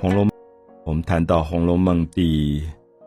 红楼梦，我们谈到《红楼梦》第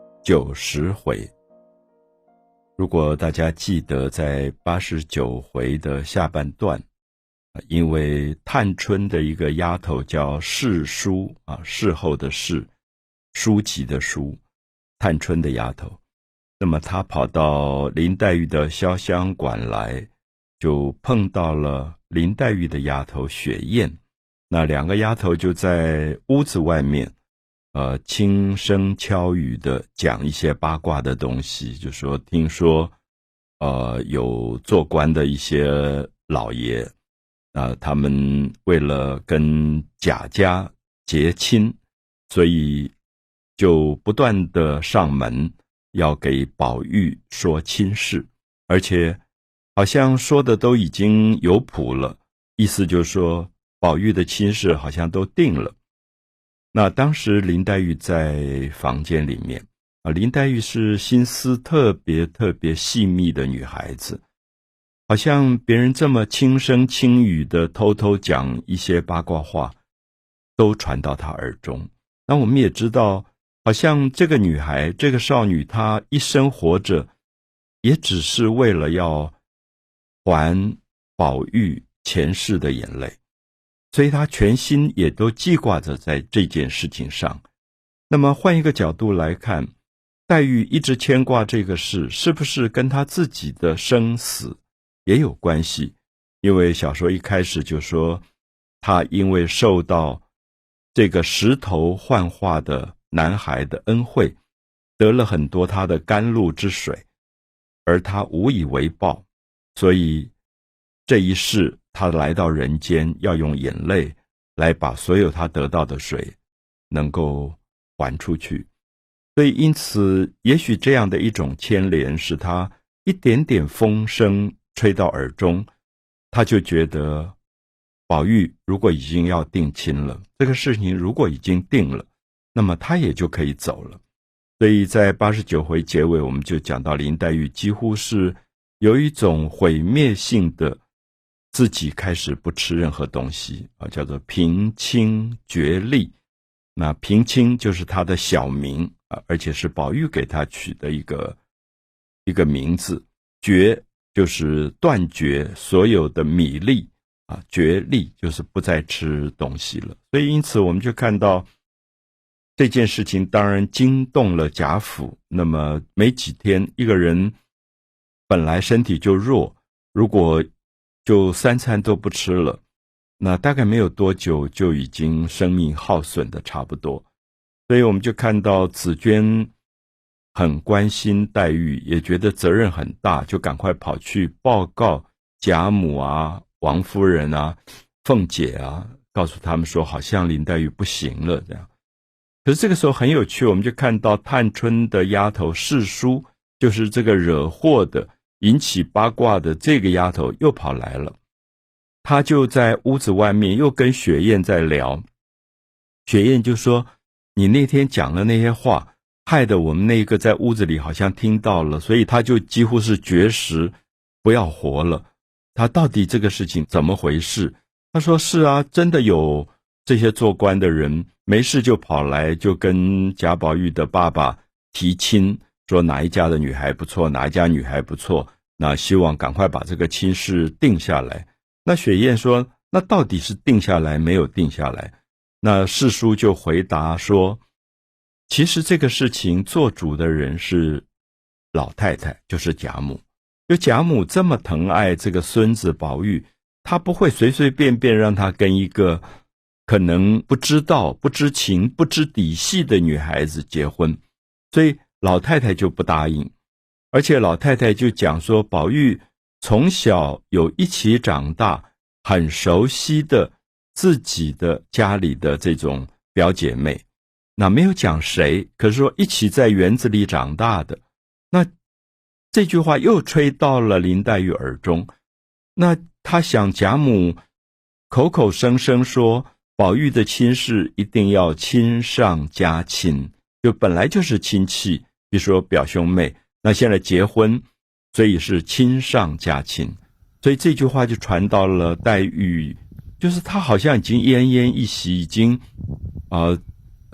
90回。如果大家记得，在89回的下半段，因为探春的一个丫头叫侍书侍候的侍，书籍的书，探春的丫头，那么她跑到林黛玉的潇湘馆来，就碰到了林黛玉的丫头雪雁。那两个丫头就在屋子外面轻声悄语的讲一些八卦的东西，就说听说有做官的一些老爷他们为了跟贾家结亲，所以就不断的上门要给宝玉说亲事，而且好像说的都已经有谱了，意思就是说宝玉的亲事好像都定了。那当时林黛玉在房间里面林黛玉是心思特别细密的女孩子，好像别人这么轻声轻语的偷偷讲一些八卦话都传到她耳中。那我们也知道，好像这个女孩，这个少女，她一生活着也只是为了要还宝玉前世的眼泪，所以她全心也都记挂着在这件事情上。那么换一个角度来看，黛玉一直牵挂这个事，是不是跟她自己的生死也有关系？因为小说一开始就说，她因为受到这个石头幻化的男孩的恩惠，得了很多他的甘露之水，而他无以为报，所以这一世他来到人间，要用眼泪来把所有他得到的水能够还出去。所以因此也许这样的一种牵连，使他一点点风声吹到耳中，他就觉得宝玉如果已经要定亲了，这个事情如果已经定了，那么他也就可以走了。所以在89回结尾，我们就讲到林黛玉几乎是有一种毁灭性的，自己开始不吃任何东西叫做平清绝历。那平清就是他的小名而且是宝玉给他取的一个名字，绝就是断绝所有的米粒绝历就是不再吃东西了。所以因此我们就看到这件事情当然惊动了贾府。那么没几天，一个人本来身体就弱，如果就3餐都不吃了，那大概没有多久就已经生命耗损的差不多。所以我们就看到紫娟很关心黛玉，也觉得责任很大，就赶快跑去报告贾母王夫人凤姐告诉他们说好像林黛玉不行了这样。可是这个时候很有趣，我们就看到探春的丫头侍书，就是这个惹祸的引起八卦的这个丫头又跑来了。她就在屋子外面又跟雪雁在聊，雪雁就说你那天讲了那些话，害得我们那个在屋子里好像听到了，所以他就几乎是绝食不要活了。他到底这个事情怎么回事？他说是真的有这些做官的人没事就跑来就跟贾宝玉的爸爸提亲，说哪一家的女孩不错，哪一家女孩不错，那希望赶快把这个亲事定下来。那雪雁说那到底是定下来没有定下来？那侍书就回答说，其实这个事情做主的人是老太太，就是贾母。就贾母这么疼爱这个孙子宝玉，她不会随随便便让他跟一个可能不知道不知情不知底细的女孩子结婚，所以老太太就不答应。而且老太太就讲说，宝玉从小有一起长大，很熟悉的自己的家里的这种表姐妹，那没有讲谁，可是说一起在园子里长大的。那这句话又吹到了林黛玉耳中，那她想贾母口口声声说宝玉的亲事一定要亲上加亲，就本来就是亲戚，比如说表兄妹，那现在结婚，所以是亲上加亲。所以这句话就传到了黛玉，就是她好像已经奄奄一息，已经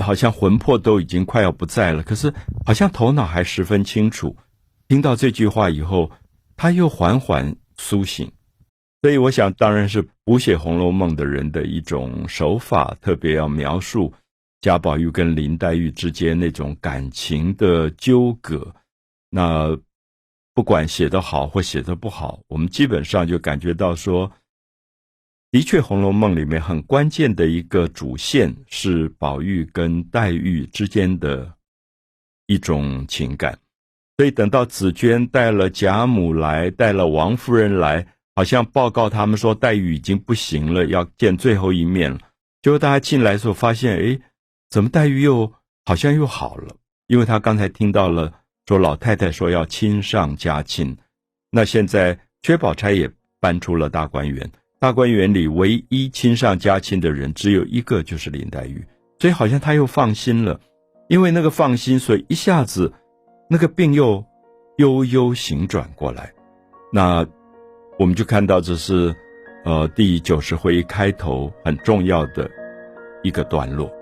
好像魂魄都已经快要不在了，可是好像头脑还十分清楚。听到这句话以后，他又缓缓苏醒。所以我想当然是谱写《红楼梦》的人的一种手法，特别要描述贾宝玉跟林黛玉之间那种感情的纠葛。那不管写得好或写得不好，我们基本上就感觉到说，的确《红楼梦》里面很关键的一个主线是宝玉跟黛玉之间的一种情感。所以等到紫娟带了贾母来，带了王夫人来，好像报告他们说黛玉已经不行了，要见最后一面了。结果大家进来的时候发现，怎么黛玉好像又好了？因为他刚才听到了说老太太说要亲上加亲，那现在薛宝钗也搬出了大观园，大观园里唯一亲上加亲的人只有一个，就是林黛玉，所以好像他又放心了。因为那个放心，所以一下子那个病又悠悠醒转过来。那我们就看到这是第90回一开头很重要的一个段落。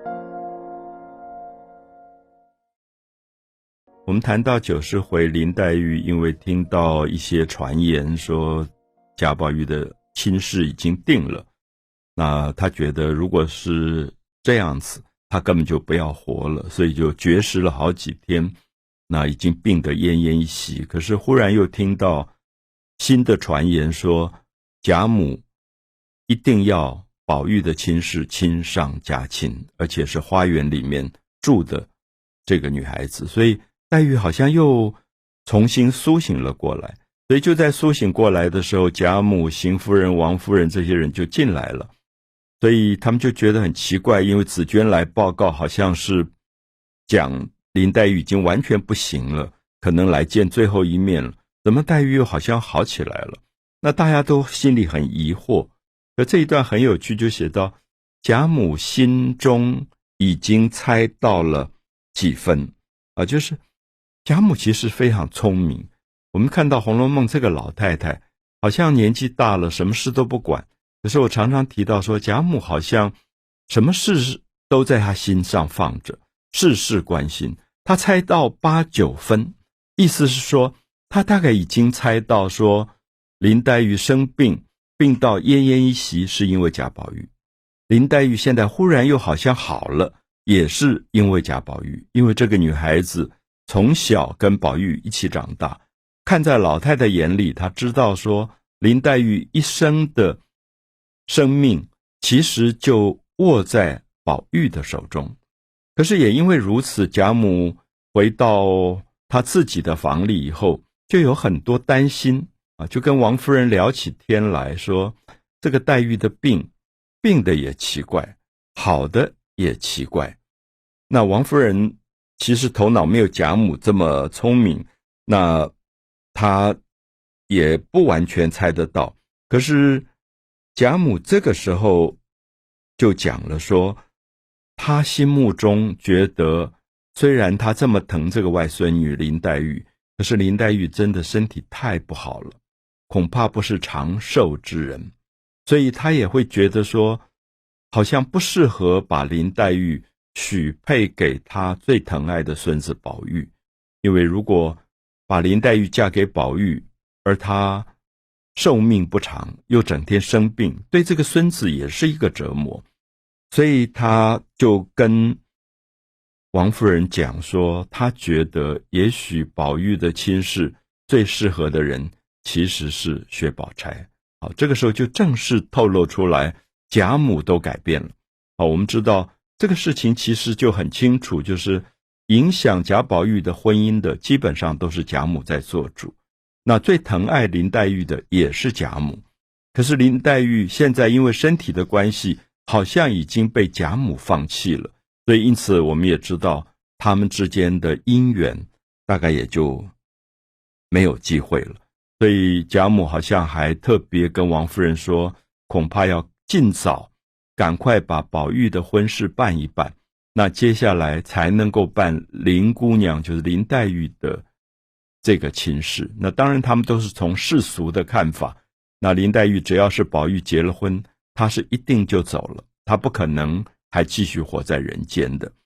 我们谈到90回，林黛玉因为听到一些传言说贾宝玉的亲事已经定了，那她觉得如果是这样子，她根本就不要活了，所以就绝食了好几天，那已经病得奄奄一息。可是忽然又听到新的传言说贾母一定要宝玉的亲事亲上加亲，而且是花园里面住的这个女孩子，所以黛玉好像又重新苏醒了过来。所以就在苏醒过来的时候，贾母、邢夫人、王夫人这些人就进来了。所以他们就觉得很奇怪，因为紫娟来报告好像是讲林黛玉已经完全不行了，可能来见最后一面了，怎么黛玉又好像好起来了？那大家都心里很疑惑。而这一段很有趣，就写到贾母心中已经猜到了几分啊，就是贾母其实非常聪明。我们看到《红楼梦》这个老太太好像年纪大了，什么事都不管，可是我常常提到说贾母好像什么事都在她心上放着，事事关心。她猜到8、9分，意思是说她大概已经猜到说林黛玉生病，病到奄奄一息是因为贾宝玉，林黛玉现在忽然又好像好了，也是因为贾宝玉。因为这个女孩子从小跟宝玉一起长大，看在老太太眼里，她知道说林黛玉一生的生命其实就握在宝玉的手中。可是也因为如此，贾母回到她自己的房里以后，就有很多担心啊，就跟王夫人聊起天来，说这个黛玉的病的也奇怪，好的也奇怪。那王夫人其实头脑没有贾母这么聪明，那她也不完全猜得到。可是贾母这个时候就讲了说，她心目中觉得虽然她这么疼这个外孙女林黛玉，可是林黛玉真的身体太不好了，恐怕不是长寿之人，所以她也会觉得说好像不适合把林黛玉许配给她最疼爱的孙子宝玉。因为如果把林黛玉嫁给宝玉，而她寿命不长，又整天生病，对这个孙子也是一个折磨。所以她就跟王夫人讲说，她觉得也许宝玉的亲事最适合的人其实是薛宝钗。好，这个时候就正式透露出来贾母都改变了。好，我们知道这个事情其实就很清楚，就是影响贾宝玉的婚姻的基本上都是贾母在做主，那最疼爱林黛玉的也是贾母。可是林黛玉现在因为身体的关系，好像已经被贾母放弃了，所以因此我们也知道他们之间的姻缘大概也就没有机会了。所以贾母好像还特别跟王夫人说，恐怕要尽早赶快把宝玉的婚事办一办，那接下来才能够办林姑娘，就是林黛玉的这个亲事。那当然他们都是从世俗的看法，那林黛玉只要是宝玉结了婚，她是一定就走了，她不可能还继续活在人间的。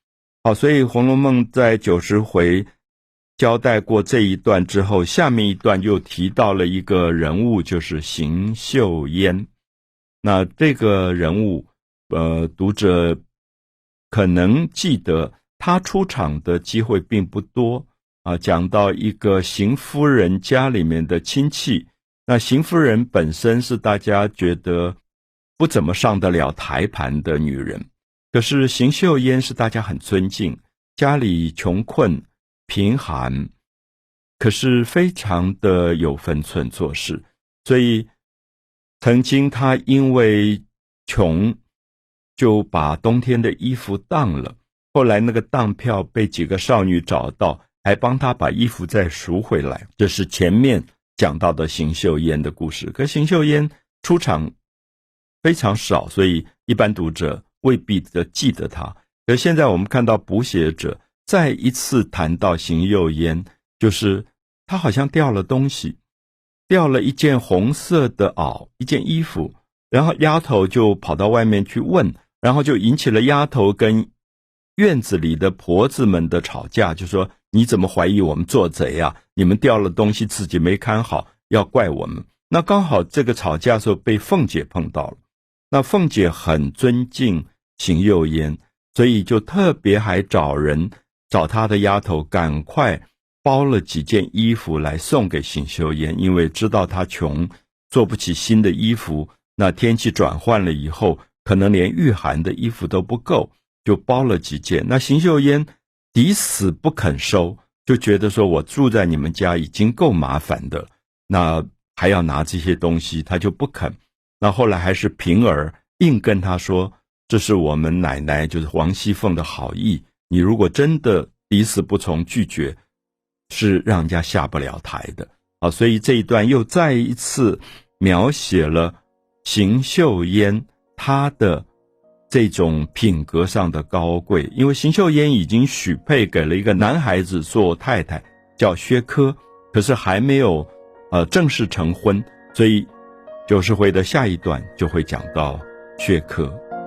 好，所以《红楼梦》在90回交代过这一段之后，下面一段又提到了一个人物，就是邢岫烟。那这个人物，读者可能记得他出场的机会并不多啊。讲到一个邢夫人家里面的亲戚，那邢夫人本身是大家觉得不怎么上得了台盘的女人，可是邢岫烟是大家很尊敬，家里穷困贫寒，可是非常的有分寸做事，所以曾经他因为穷就把冬天的衣服当了，后来那个当票被几个少女找到，还帮他把衣服再赎回来。这是前面讲到的邢岫烟的故事。可邢岫烟出场非常少，所以一般读者未必的记得他。而现在我们看到补写者再一次谈到邢岫烟，就是他好像掉了东西，掉了一件红色的袄，一件衣服，然后丫头就跑到外面去问，然后就引起了丫头跟院子里的婆子们的吵架，就说你怎么怀疑我们做贼啊？你们掉了东西自己没看好，要怪我们。那刚好这个吵架的时候被凤姐碰到了，那凤姐很尊敬邢岫烟，所以就特别还找她的丫头赶快包了几件衣服来送给邢岫烟，因为知道她穷，做不起新的衣服，那天气转换了以后可能连御寒的衣服都不够，就包了几件。那邢岫烟抵死不肯收，就觉得说我住在你们家已经够麻烦的，那还要拿这些东西，她就不肯。那后来还是平儿硬跟她说，这是我们奶奶就是王熙凤的好意，你如果真的抵死不从拒绝，是让人家下不了台的。好，所以这一段又再一次描写了邢岫烟她的这种品格上的高贵。因为邢岫烟已经许配给了一个男孩子做太太，叫薛科，可是还没有正式成婚，所以90回的下一段就会讲到薛科。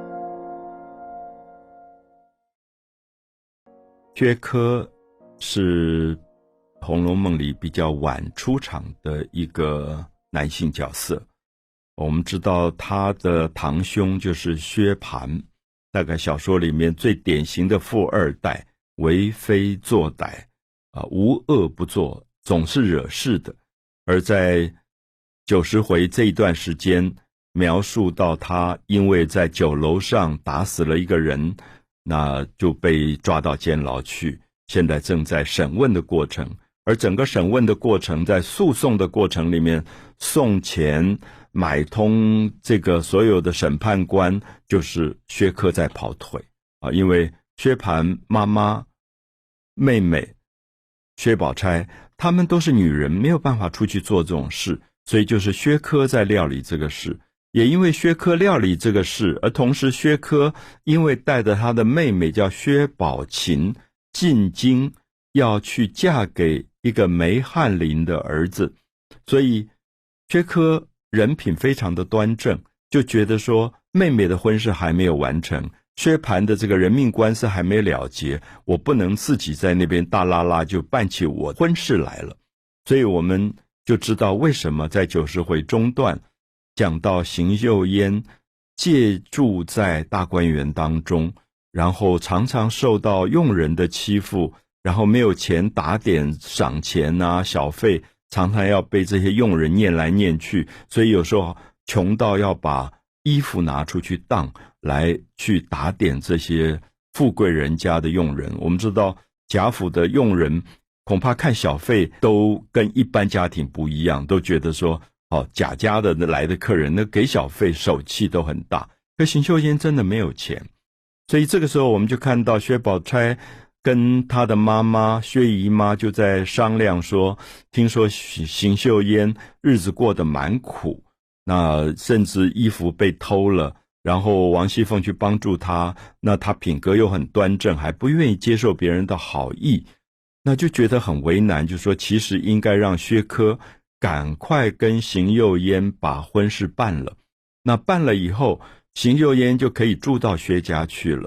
薛科是《红楼梦》里比较晚出场的一个男性角色。我们知道他的堂兄就是薛蟠，大概小说里面最典型的富二代，为非作歹无恶不作，总是惹事的。而在90回这一段时间描述到他因为在酒楼上打死了一个人，那就被抓到监牢去，现在正在审问的过程。而整个审问的过程，在诉讼的过程里面，送钱买通这个所有的审判官，就是薛科在跑腿因为薛蟠妈妈、妹妹薛宝钗她们都是女人，没有办法出去做这种事，所以就是薛科在料理这个事。也因为薛科料理这个事，而同时薛科因为带着他的妹妹叫薛宝琴进京，要去嫁给一个梅翰林的儿子，所以薛科人品非常的端正，就觉得说妹妹的婚事还没有完成，薛蟠的这个人命官司还没了结，我不能自己在那边大拉拉就办起我婚事来了。所以我们就知道为什么在90回中段讲到邢岫烟借住在大观园当中，然后常常受到佣人的欺负，然后没有钱打点赏钱小费，常常要被这些佣人念来念去，所以有时候穷到要把衣服拿出去当来去打点这些富贵人家的佣人。我们知道贾府的佣人恐怕看小费都跟一般家庭不一样，都觉得说贾家的来的客人那给小费手气都很大，可邢岫烟真的没有钱。所以这个时候我们就看到薛宝钗跟她的妈妈薛姨妈就在商量说，听说邢岫烟日子过得蛮苦，那甚至衣服被偷了，然后王熙凤去帮助她，那她品格又很端正，还不愿意接受别人的好意，那就觉得很为难，就说其实应该让薛科赶快跟邢岫烟把婚事办了，那办了以后邢岫烟就可以住到薛家去了。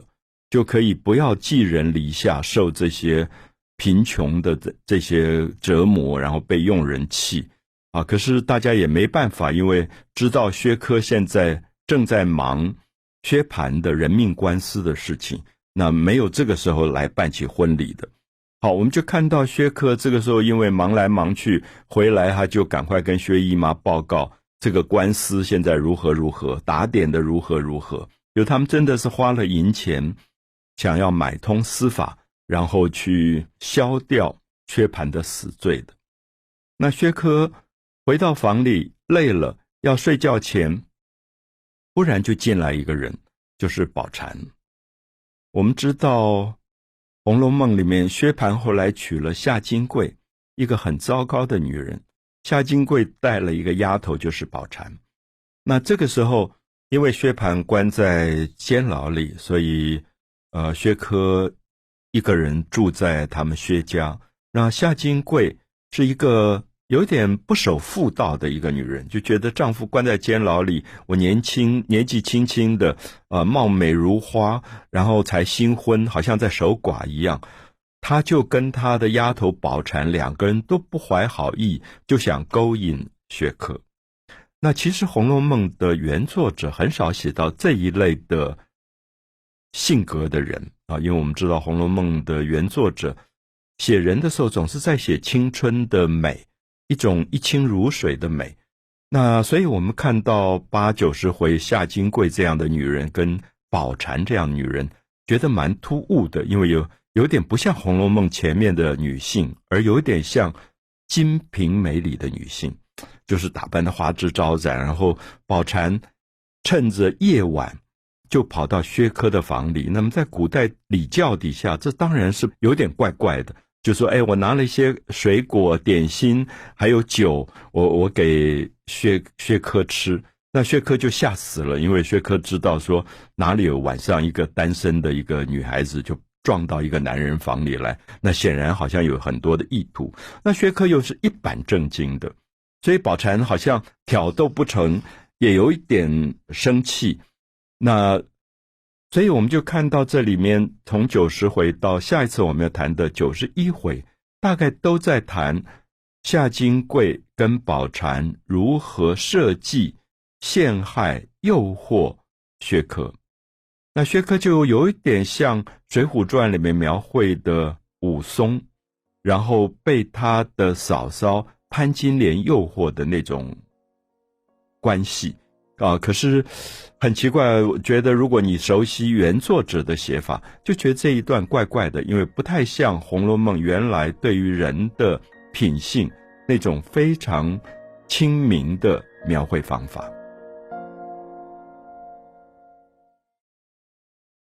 就可以不要寄人篱下，受这些贫穷的这些折磨，然后被用人弃啊。可是大家也没办法，因为知道薛科现在正在忙薛蟠的人命官司的事情，那没有这个时候来办起婚礼的。好，我们就看到薛科这个时候因为忙来忙去，回来他就赶快跟薛姨妈报告这个官司现在如何如何，打点的如何如何，就他们真的是花了银钱想要买通司法，然后去消掉薛蟠的死罪的。那薛科回到房里累了，要睡觉前，忽然就进来一个人，就是宝钗。我们知道《红楼梦》里面薛蟠后来娶了夏金桂，一个很糟糕的女人。夏金桂带了一个丫头，就是宝钗。那这个时候因为薛蟠关在监牢里，所以薛科一个人住在他们薛家。那夏金桂是一个有点不守妇道的一个女人，就觉得丈夫关在监牢里，我年纪轻轻的貌美如花，然后才新婚，好像在守寡一样。她就跟她的丫头宝钗两个人都不怀好意，就想勾引薛科。那其实《红楼梦》的原作者很少写到这一类的性格的人啊，因为我们知道《红楼梦》的原作者写人的时候总是在写青春的美，一种一清如水的美。那所以我们看到80、90回夏金桂这样的女人跟宝钗这样的女人，觉得蛮突兀的，因为有点不像《红楼梦》前面的女性，而有点像《金瓶梅》里的女性，就是打扮的花枝招展，然后宝钗趁着夜晚就跑到薛科的房里。那么在古代礼教底下，这当然是有点怪怪的，就说我拿了一些水果点心还有酒，我给薛科吃。那薛科就吓死了，因为薛科知道说哪里有晚上一个单身的一个女孩子就撞到一个男人房里来，那显然好像有很多的意图。那薛科又是一板正经的，所以宝钗好像挑逗不成，也有一点生气。那所以我们就看到这里面从90回到下一次我们要谈的91回，大概都在谈夏金桂跟宝钗如何设计陷害诱惑薛科。那薛科就有一点像《水浒传》里面描绘的武松，然后被他的嫂嫂潘金莲诱惑的那种关系可是很奇怪，我觉得如果你熟悉原作者的写法，就觉得这一段怪怪的，因为不太像《红楼梦》原来对于人的品性那种非常亲民的描绘方法。